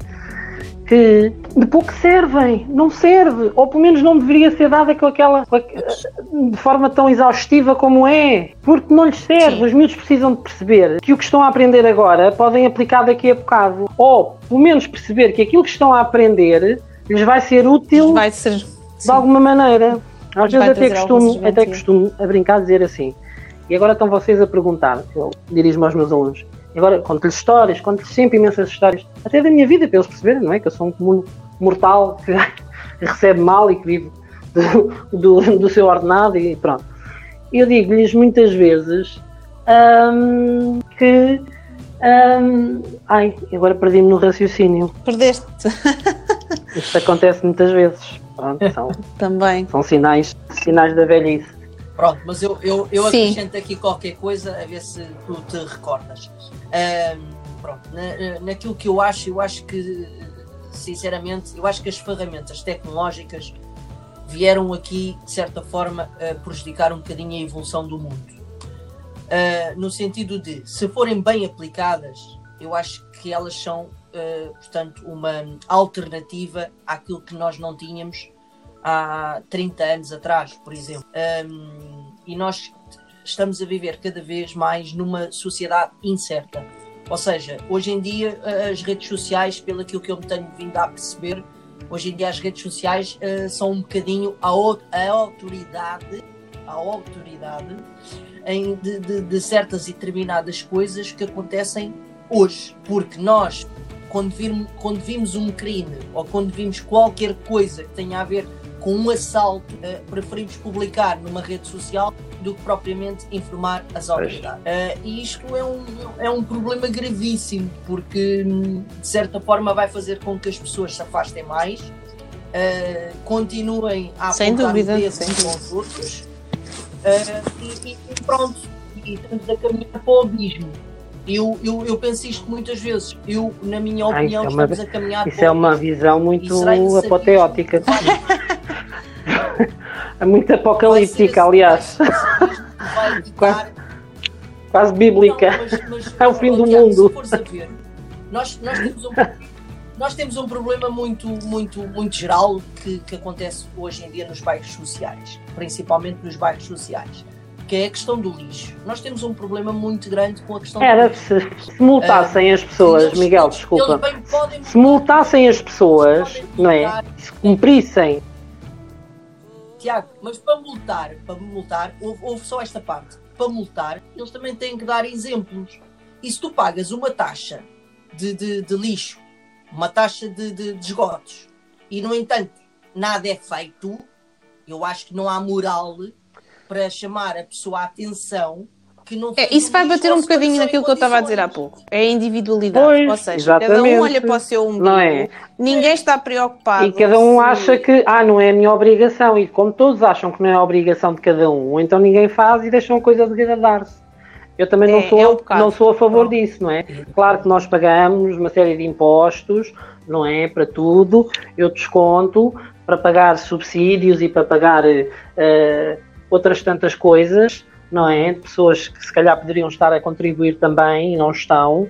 que de pouco servem, não serve, ou pelo menos não deveria ser dada com aquela, com aquela de forma tão exaustiva como é, porque não lhes serve. Sim. Os miúdos precisam de perceber que o que estão a aprender agora podem aplicar daqui a bocado, ou pelo menos perceber que aquilo que estão a aprender lhes vai ser útil vai ser, de alguma maneira. Às vezes até costumo, até costumo a brincar dizer assim, e agora estão vocês a perguntar, eu dirijo-me aos meus alunos, e agora conto-lhes histórias, conto-lhes sempre imensas histórias, até da minha vida, para eles perceberem, não é? Que eu sou um comum mortal que recebe mal e que vive do, do, do seu ordenado e pronto. Eu digo-lhes muitas vezes hum, que... Hum, ai, agora perdi-me no raciocínio. Perdeste. Isto acontece muitas vezes. Pronto, são, Também. São sinais, sinais da velhice. Pronto, mas eu, eu, eu acrescento aqui qualquer coisa a ver se tu te recordas. Um, pronto, na, naquilo que eu acho, eu acho que, sinceramente, eu acho que as ferramentas tecnológicas vieram aqui, de certa forma, a prejudicar um bocadinho a evolução do mundo. Uh, no sentido de, se forem bem aplicadas, eu acho que elas são, uh, portanto, uma alternativa àquilo que nós não tínhamos há trinta anos atrás, por exemplo. Um, e nós estamos a viver cada vez mais numa sociedade incerta. Ou seja, hoje em dia as redes sociais, pelo aquilo que eu me tenho vindo a perceber, hoje em dia as redes sociais uh, são um bocadinho a, a autoridade, a autoridade em, de, de, de certas e determinadas coisas que acontecem hoje. Porque nós, quando, vir, quando vimos um crime ou quando vimos qualquer coisa que tenha a ver com um assalto, uh, preferimos publicar numa rede social do que propriamente informar as autoridades. Uh, e isto é um, é um problema gravíssimo, porque de certa forma vai fazer com que as pessoas se afastem mais, uh, continuem a apontar o dedo uns aos outros, uh, e, e pronto, e estamos a caminhar para o abismo. Eu, eu, eu penso isto muitas vezes. Eu, na minha opinião, ah, é uma, estamos a caminhar isso para o abismo. Isso é uma visão muito apoteótica. É muito apocalíptica, aliás. Quase, quase bíblica. Não, mas, mas, é o fim do aliás, mundo. Se fores a ver, nós, nós, temos um, nós temos um problema muito, muito, muito geral que, que acontece hoje em dia nos bairros sociais, principalmente nos bairros sociais. que é a questão do lixo. Nós temos um problema muito grande com a questão Era do lixo. se, se multassem uh, as pessoas, eles, Miguel, eles, desculpa, eles podem, se multassem as pessoas, não é? Se cumprissem. Tiago, mas para multar, para multar, houve, houve só esta parte, para multar, eles também têm que dar exemplos. E se tu pagas uma taxa de, de, de lixo, uma taxa de, de, de esgotos, e no entanto nada é feito, eu acho que não há moral para chamar a pessoa à atenção que não é, isso vai bater um bocadinho naquilo que eu estava a dizer há pouco. É a individualidade. Pois, ou seja, exatamente. Cada um olha para o seu umbigo, não é? Ninguém está preocupado. E cada um se... acha que, ah, não é a minha obrigação. E como todos acham que não é a obrigação de cada um, então ninguém faz e deixam a coisa degradar-se. Eu também não, é, sou, é um não sou a favor não. disso, não é? Claro que nós pagamos uma série de impostos, não é? Para tudo. Eu desconto para pagar subsídios e para pagar uh, outras tantas coisas, não é? De pessoas que se calhar poderiam estar a contribuir também e não estão.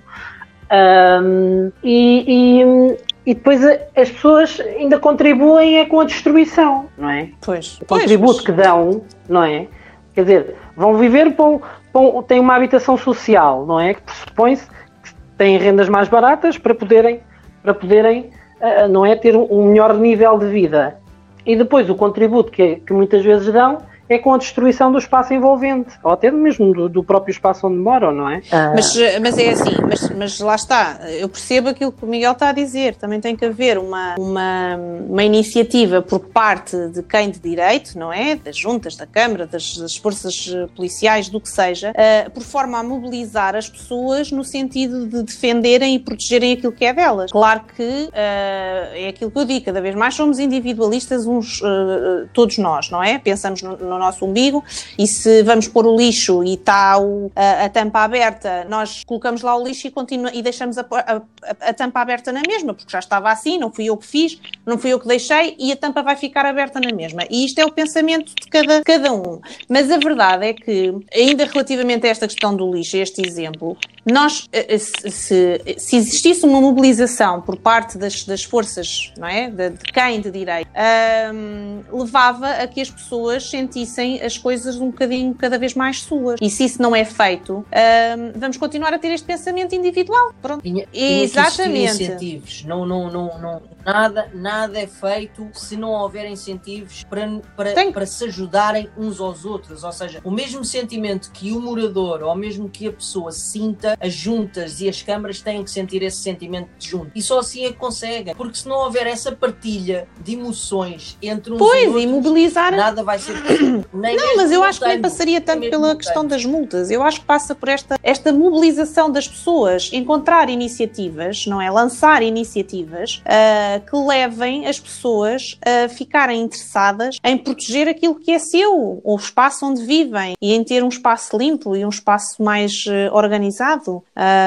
Um, e, e, e depois as pessoas ainda contribuem é com a destruição, não é? Pois. O contributo pois, que dão, não é? Quer dizer, vão viver para, para têm uma habitação social, não é? Que pressupõe-se que têm rendas mais baratas para poderem, para poderem uh, não é? Ter um melhor nível de vida. E depois o contributo que, que muitas vezes dão é com a destruição do espaço envolvente, ou até mesmo do, do próprio espaço onde moram, não é? Ah. Mas, mas é assim, mas, mas lá está, eu percebo aquilo que o Miguel está a dizer, também tem que haver uma, uma, uma iniciativa por parte de quem de direito, não é? Das juntas, da Câmara, das, das forças policiais, do que seja, uh, por forma a mobilizar as pessoas no sentido de defenderem e protegerem aquilo que é delas. Claro que uh, é aquilo que eu digo, cada vez mais somos individualistas uns, uh, todos nós, não é? Pensamos no, no nosso umbigo, e se vamos pôr o lixo e está o, a, a tampa aberta, nós colocamos lá o lixo e, continua, e deixamos a, a, a tampa aberta na mesma, porque já estava assim, não fui eu que fiz, não fui eu que deixei, e a tampa vai ficar aberta na mesma. E isto é o pensamento de cada, cada um. Mas a verdade é que, ainda relativamente a esta questão do lixo, a este exemplo, nós, se, se existisse uma mobilização por parte das, das forças, não é? De, de quem de direito, um, levava a que as pessoas sentissem as coisas um bocadinho cada vez mais suas. E se isso não é feito, um, vamos continuar a ter este pensamento individual. Pronto. Tinha, tinha Exatamente. Incentivos. Não, não, não, não, nada, nada é feito se não houver incentivos para, para, para se ajudarem uns aos outros. Ou seja, o mesmo sentimento que o morador, ou mesmo que a pessoa sinta, as juntas e as câmaras têm que sentir esse sentimento de junto. E só assim é que conseguem. Porque se não houver essa partilha de emoções entre uns pois, e outros, e mobilizar... nada vai ser possível. Nem não, mas eu acho que nem passaria tanto pela questão das multas. Eu acho que passa por esta, esta mobilização das pessoas, encontrar iniciativas, não é? Lançar iniciativas uh, que levem as pessoas a ficarem interessadas em proteger aquilo que é seu, o espaço onde vivem, e em ter um espaço limpo e um espaço mais uh, organizado.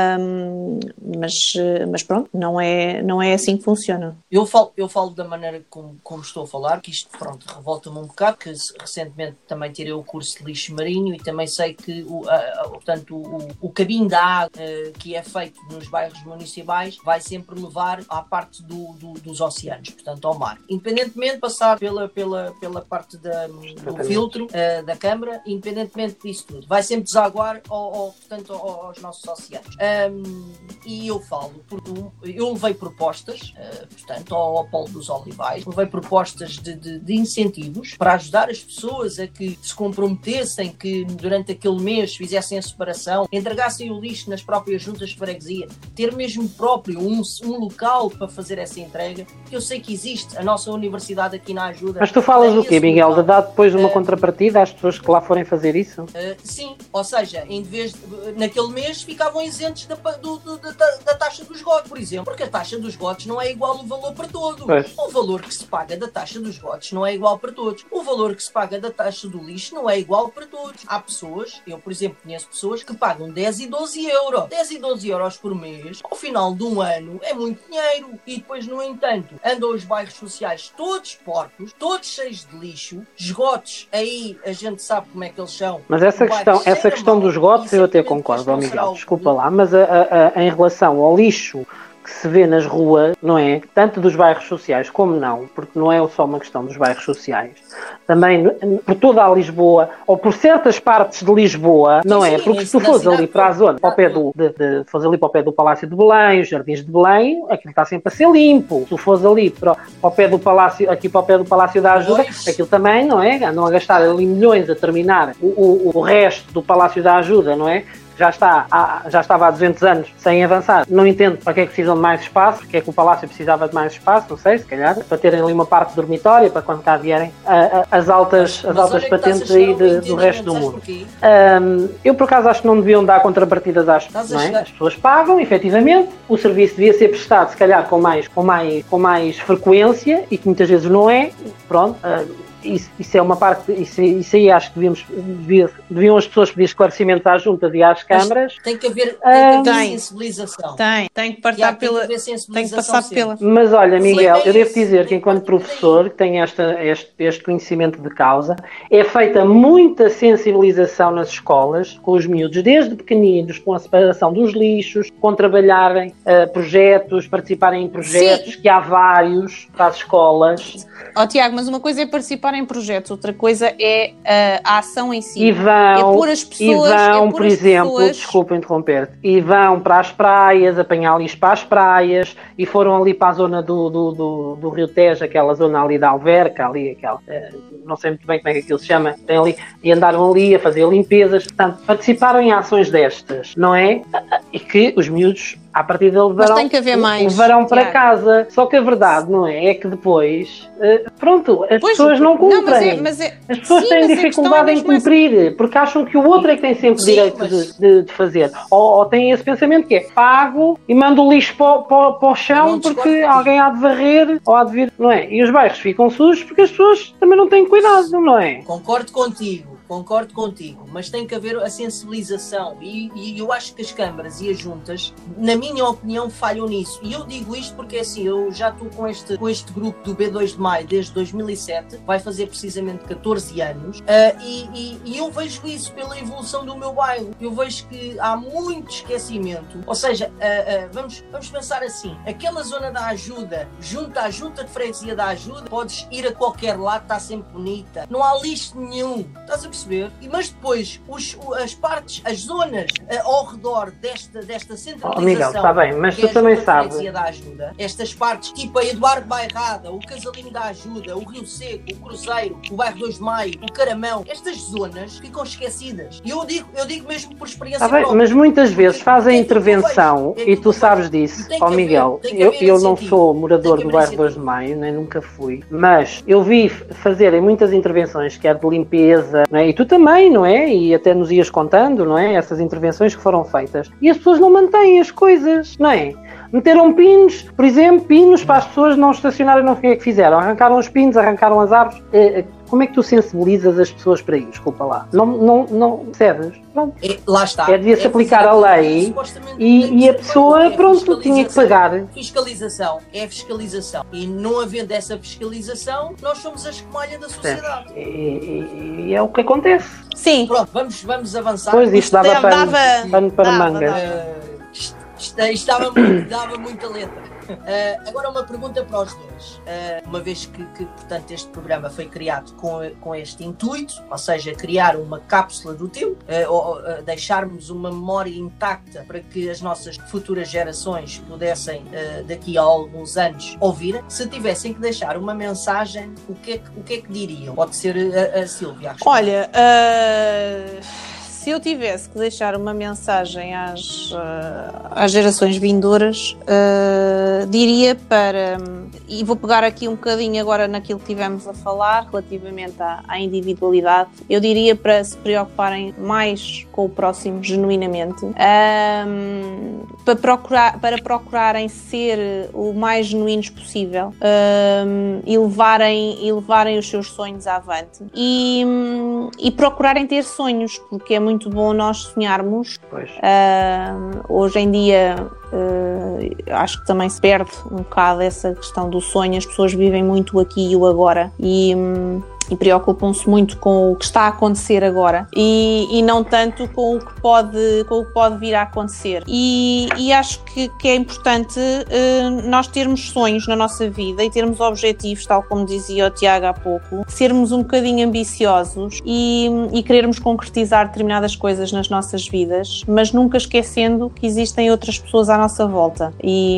Um, mas, uh, mas pronto, não é, não é assim que funciona. Eu falo, eu falo da maneira como, como estou a falar, que isto, pronto, revolta-me um bocado, que recentemente também tirei o curso de lixo marinho e também sei que o, a, a, portanto, o, o caminho da água uh, que é feito nos bairros municipais vai sempre levar à parte do, do, dos oceanos, portanto ao mar. Independentemente de passar pela, pela, pela parte da, do filtro uh, da Câmara, independentemente disso tudo, vai sempre desaguar ao, ao, portanto, aos nossos oceanos. Um, e eu falo, porque eu levei propostas, uh, portanto, ao, ao Polo dos Olivais, levei propostas de, de, de incentivos para ajudar as pessoas a que se comprometessem, que durante aquele mês fizessem a separação, entregassem o lixo nas próprias juntas de freguesia, ter mesmo próprio um, um local para fazer essa entrega, que eu sei que existe, a nossa universidade aqui na ajuda. Mas tu falas do quê, Miguel? Local. De dar depois uma uh, contrapartida às pessoas que lá forem fazer isso? Uh, sim, ou seja, em vez de, naquele mês ficavam isentos da, do, do, da, da taxa dos esgotos, por exemplo, porque a taxa dos esgotos não é igual o valor para todos. Pois. O valor que se paga da taxa dos esgotos não é igual para todos. O valor que se paga da taxa do lixo não é igual para todos. Há pessoas, eu por exemplo conheço pessoas que pagam dez e doze euros. dez e doze euros por mês, ao final de um ano, é muito dinheiro. E depois, no entanto, andam os bairros sociais todos porcos, todos cheios de lixo, esgotos, aí a gente sabe como é que eles são. Mas essa questão, essa questão dos esgotos eu até concordo, oh Miguel, desculpa lá, mas a, a, a, em relação ao lixo que se vê nas ruas, não é? Tanto dos bairros sociais como não, porque não é só uma questão dos bairros sociais. Também por toda a Lisboa, ou por certas partes de Lisboa, não sim, é? sim, Porque se tu fores ali para a zona, para o pé do, de, de, fores ali para o pé do Palácio de Belém, os Jardins de Belém, aquilo está sempre a ser limpo. Se tu fores ali para, para o pé do Palácio, aqui para o pé do Palácio da Ajuda, pois. Aquilo também, não é? Andam a gastar ali milhões a terminar o, o, o resto do Palácio da Ajuda, não é? Já, está há, já estava há duzentos anos sem avançar. Não entendo para que é que precisam de mais espaço, porque é que o Palácio precisava de mais espaço, não sei, se calhar, para terem ali uma parte dormitória, para quando cá vierem a, a, as altas, mas, as mas altas patentes aí de, do resto do mundo. Um, eu, por acaso, acho que não deviam dar contrapartidas às pessoas, não é? As pessoas pagam, efetivamente, o serviço devia ser prestado, se calhar, com mais, com mais, com mais frequência, e que muitas vezes não é, pronto. Uh, Isso, isso é uma parte, isso, isso aí acho que devíamos, devia, deviam as pessoas pedir esclarecimentos às juntas e às câmaras. Mas tem que haver, tem que haver tem, sensibilização. Tem, tem que passar pela. Tem que, tem que passar sempre. pela. Mas olha, Miguel, eu devo dizer que enquanto professor, que tenho esta, este, este conhecimento de causa, é feita muita sensibilização nas escolas, com os miúdos, desde pequeninos, com a separação dos lixos, com trabalharem uh, projetos, participarem em projetos, Sim. que há vários para as escolas. Ó, Tiago, mas uma coisa é participar em projetos, outra coisa é uh, a ação em si. E vão, é pôr as pessoas, e vão é por exemplo, pessoas... desculpa interromper-te, e vão para as praias, apanhar lixo para as praias, e foram ali para a zona do, do, do, do Rio Tejo, aquela zona ali da Alverca, ali, aquela, uh, não sei muito bem como é que aquilo se chama, tem ali, e andaram ali a fazer limpezas, portanto, participaram em ações destas, não é? E que os miúdos, à partida, levarão, tem que haver mais, levarão para casa. Só que a verdade, não é? É que depois, uh, pronto, as pois, pessoas não cumprem. Não, mas é, mas é, as pessoas sim, têm dificuldade é em cumprir, essa... porque acham que o outro é que tem sempre sim, direito mas... de, de, de fazer. Ou, ou têm esse pensamento que é pago e mando o lixo para, para, para o chão porque alguém há de varrer ou há de vir, não é? E os bairros ficam sujos porque as pessoas também não têm cuidado, não é? Concordo contigo. Concordo contigo, mas tem que haver a sensibilização e, e eu acho que as câmaras e as juntas, na minha opinião, falham nisso. E eu digo isto porque assim, eu já estou com este, com este grupo do B dois de Maio desde dois mil e sete, vai fazer precisamente catorze anos, uh, e, e, e eu vejo isso pela evolução do meu bairro. Eu vejo que há muito esquecimento, ou seja, uh, uh, vamos, vamos pensar assim, aquela zona da ajuda, junto à junta de freguesia da ajuda, podes ir a qualquer lado, está sempre bonita, não há lixo nenhum, estás a perceber? Mas depois os, as partes, as zonas uh, ao redor desta, desta centralização, oh, Miguel, está bem, mas tu também sabes da ajuda, estas partes tipo a Eduardo Bairrada, o Casalinho da Ajuda, o Rio Seco, o Cruzeiro, o Bairro dois de Maio, o Caramão, estas zonas ficam esquecidas. E eu digo, eu digo mesmo por experiência tá bem, própria. Mas muitas vezes fazem intervenção e tu sabes disso, ó oh, Miguel, eu, eu não sou morador do Bairro dois de Maio, nem nunca fui, mas eu vi fazerem muitas intervenções, quer de limpeza, não é? E tu também, não é? E até nos ias contando, não é? Essas intervenções que foram feitas. E as pessoas não mantêm as coisas, não é? Meteram pinos, por exemplo, pinos para as pessoas não estacionarem, não sei o que é que fizeram. Arrancaram os pinos, arrancaram as árvores. Como é que tu sensibilizas as pessoas para isso? Desculpa lá. Não, não, não percebes? Pronto. É, lá está. É, devia-se é aplicar a lei e, e a pessoa, é pronto, tinha que pagar. Fiscalização. É fiscalização. E não havendo essa fiscalização, nós somos a escumalha da sociedade. E, e, e é o que acontece. Sim. Pronto, vamos, vamos avançar. Pois, isto dava, dava pano, dava, pano para dava, mangas. Dava. Uh, isto, isto dava, muito, dava muita letra. Uh, agora uma pergunta para os dois, uh, uma vez que, que portanto, este programa foi criado com, com este intuito, ou seja, criar uma cápsula do tempo, uh, ou uh, deixarmos uma memória intacta para que as nossas futuras gerações pudessem uh, daqui a alguns anos ouvir. Se tivessem que deixar uma mensagem, o que é que, o que, é que diriam? Pode ser a, a Sílvia. Olha, uh... se eu tivesse que deixar uma mensagem às, uh, às gerações vindouras, uh, diria para, e vou pegar aqui um bocadinho agora naquilo que tivemos a falar relativamente à, à individualidade, eu diria para se preocuparem mais com o próximo genuinamente, um, para, procurar, para procurarem ser o mais genuínos possível, um, e, levarem, e levarem os seus sonhos avante e, um, e procurarem ter sonhos, porque é muito muito bom nós sonharmos. Uh, hoje em dia uh, acho que também se perde um bocado essa questão do sonho, as pessoas vivem muito aqui e o agora e, um, e preocupam-se muito com o que está a acontecer agora e, e não tanto com o que pode, com o que pode vir a acontecer. E, e acho que, que é importante uh, nós termos sonhos na nossa vida e termos objetivos, tal como dizia o Tiago há pouco, sermos um bocadinho ambiciosos e, e querermos concretizar determinadas coisas nas nossas vidas, mas nunca esquecendo que existem outras pessoas à nossa volta e,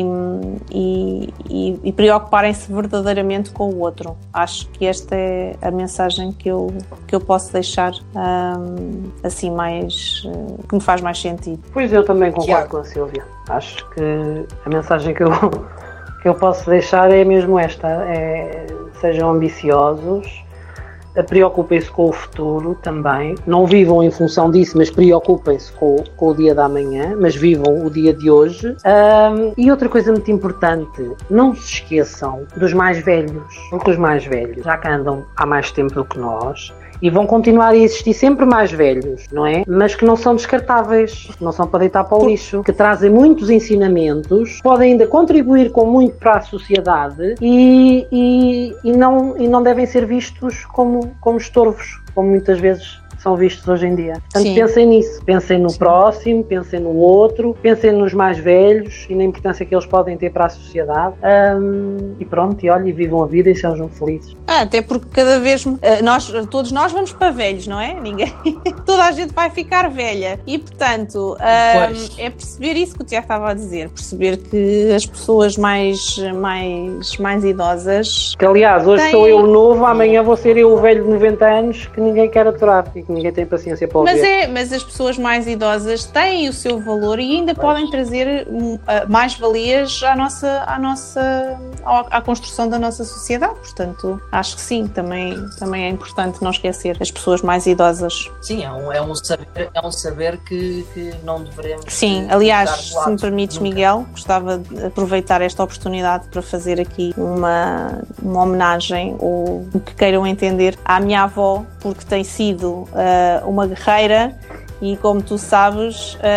e, e, e preocuparem-se verdadeiramente com o outro. Acho que esta é a mensagem que eu, que eu posso deixar um, assim mais, uh, que me faz mais sentido. Pois eu também concordo Tiago. com a Sílvia. Acho que a mensagem que eu, que eu posso deixar é mesmo esta, é, sejam ambiciosos, preocupem-se com o futuro também, não vivam em função disso, mas preocupem-se com, com o dia da manhã, mas vivam o dia de hoje. Um, e outra coisa muito importante, não se esqueçam dos mais velhos, porque os mais velhos já que andam há mais tempo do que nós, e vão continuar a existir sempre mais velhos, não é? Mas que não são descartáveis, não são para deitar para o lixo, que trazem muitos ensinamentos, podem ainda contribuir com muito para a sociedade e, e, e, não, e não devem ser vistos como, como estorvos, como muitas vezes são vistos hoje em dia. Portanto, Sim. pensem nisso, pensem no Sim. próximo, pensem no outro, pensem nos mais velhos e na importância que eles podem ter para a sociedade. Um, e pronto, e olhem, vivam a vida e sejam felizes. Ah, até porque cada vez, nós, todos nós vamos para velhos, não é? Ninguém, toda a gente vai ficar velha. E, portanto, um, é perceber isso que o Tiago estava a dizer, perceber que as pessoas mais, mais, mais idosas... Que, aliás, hoje têm... sou eu o novo, amanhã vou ser eu o velho de noventa anos que ninguém quer aturar. Ninguém tem paciência para ouvir. Mas, é, mas as pessoas mais idosas têm o seu valor e ainda pois. podem trazer uh, mais valias à nossa, à nossa à, à construção da nossa sociedade. Portanto, acho que sim, também, também é importante não esquecer as pessoas mais idosas. Sim, é um, é um saber, é um saber que, que não devemos. Sim, aliás, se me permites, nunca. Miguel, gostava de aproveitar esta oportunidade para fazer aqui uma, uma homenagem, ou o que queiram entender, à minha avó, porque tem sido Uh, uma guerreira e, como tu sabes, uh,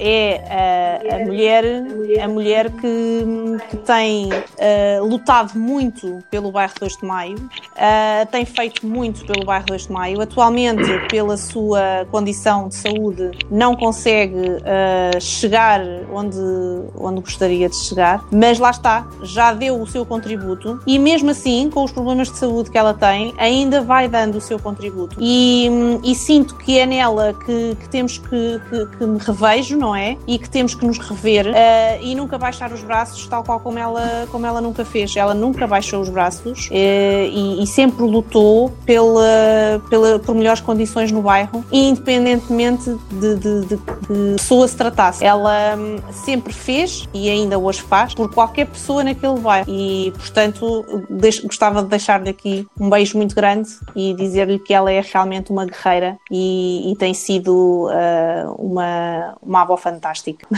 é a, a mulher, a mulher que, que tem uh, lutado muito pelo bairro dois de Maio, uh, tem feito muito pelo bairro dois de Maio. Atualmente, pela sua condição de saúde, não consegue uh, chegar onde, onde gostaria de chegar, mas lá está, já deu o seu contributo e, mesmo assim, com os problemas de saúde que ela tem, ainda vai dando o seu contributo. E, e sinto que é nela que, que temos que, que, que me revejo, não é? E que temos que nos rever uh, e nunca baixar os braços, tal qual como ela, como ela nunca fez. Ela nunca baixou os braços uh, e, e sempre lutou pela, pela, por melhores condições no bairro, independentemente de, de, de que pessoa se tratasse. Ela um, sempre fez e ainda hoje faz por qualquer pessoa naquele bairro e, portanto, deixo, gostava de deixar-lhe aqui um beijo muito grande e dizer-lhe que ela é realmente uma guerreira e, e tem sido uh, uma, uma avó fantástica.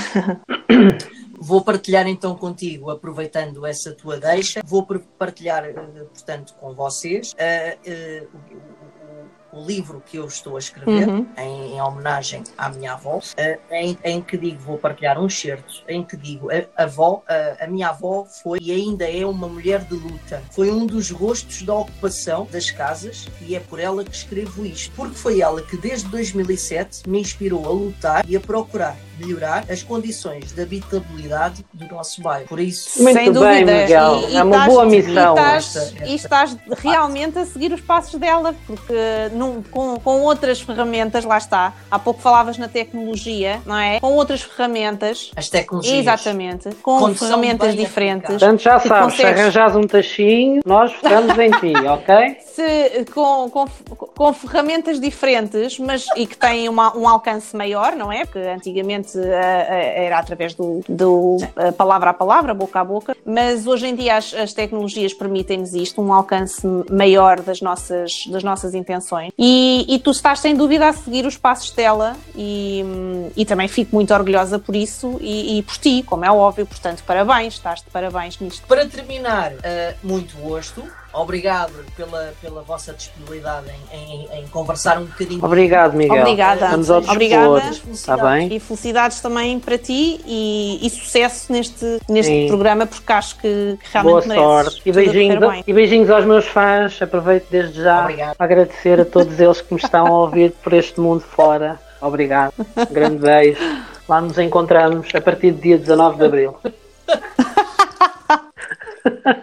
Vou partilhar então contigo, aproveitando essa tua deixa, vou partilhar, portanto, com vocês uh, uh, o, o livro que eu estou a escrever, uhum. em, em homenagem à minha avó, uh, em, em que digo, vou partilhar um excerto, em que digo, a, a, avó, a, a minha avó foi e ainda é uma mulher de luta. Foi um dos gostos da ocupação das casas e é por ela que escrevo isto, porque foi ela que desde dois mil e sete me inspirou a lutar e a procurar melhorar as condições de habitabilidade do nosso bairro. Por isso, muito sem bem, dúvida, Miguel. E, e é uma estás, boa missão. E estás, esta, esta, e estás realmente a seguir os passos dela, porque num, com, com outras ferramentas, lá está, há pouco falavas na tecnologia, não é? Com outras ferramentas. As tecnologias. Exatamente. Com Condição ferramentas diferentes. Portanto, já sabes, consegues... se arranjares um tachinho, nós estamos em ti, ok? Se, com, com, com ferramentas diferentes, mas e que têm uma, um alcance maior, não é? Porque antigamente era através do, do palavra a palavra, boca a boca, mas hoje em dia as, as tecnologias permitem-nos isto, um alcance maior das nossas, das nossas intenções e, e tu estás sem dúvida a seguir os passos dela e, e também fico muito orgulhosa por isso e, e por ti, como é óbvio, portanto parabéns, estás de parabéns nisto. Para terminar, uh, muito gosto obrigado pela, pela vossa disponibilidade em, em, em conversar um bocadinho. Obrigado, Miguel. Obrigada. Estamos ao dispor. Obrigada. Está bem? E felicidades também para ti e, e sucesso neste, neste programa, porque acho que, que realmente boa mereces. sorte. E beijinhos, e beijinhos aos meus fãs. Aproveito desde já Obrigado. a agradecer a todos eles que me estão a ouvir por este mundo fora. Obrigado. Um grande beijo. Lá nos encontramos a partir do dia dezanove de abril.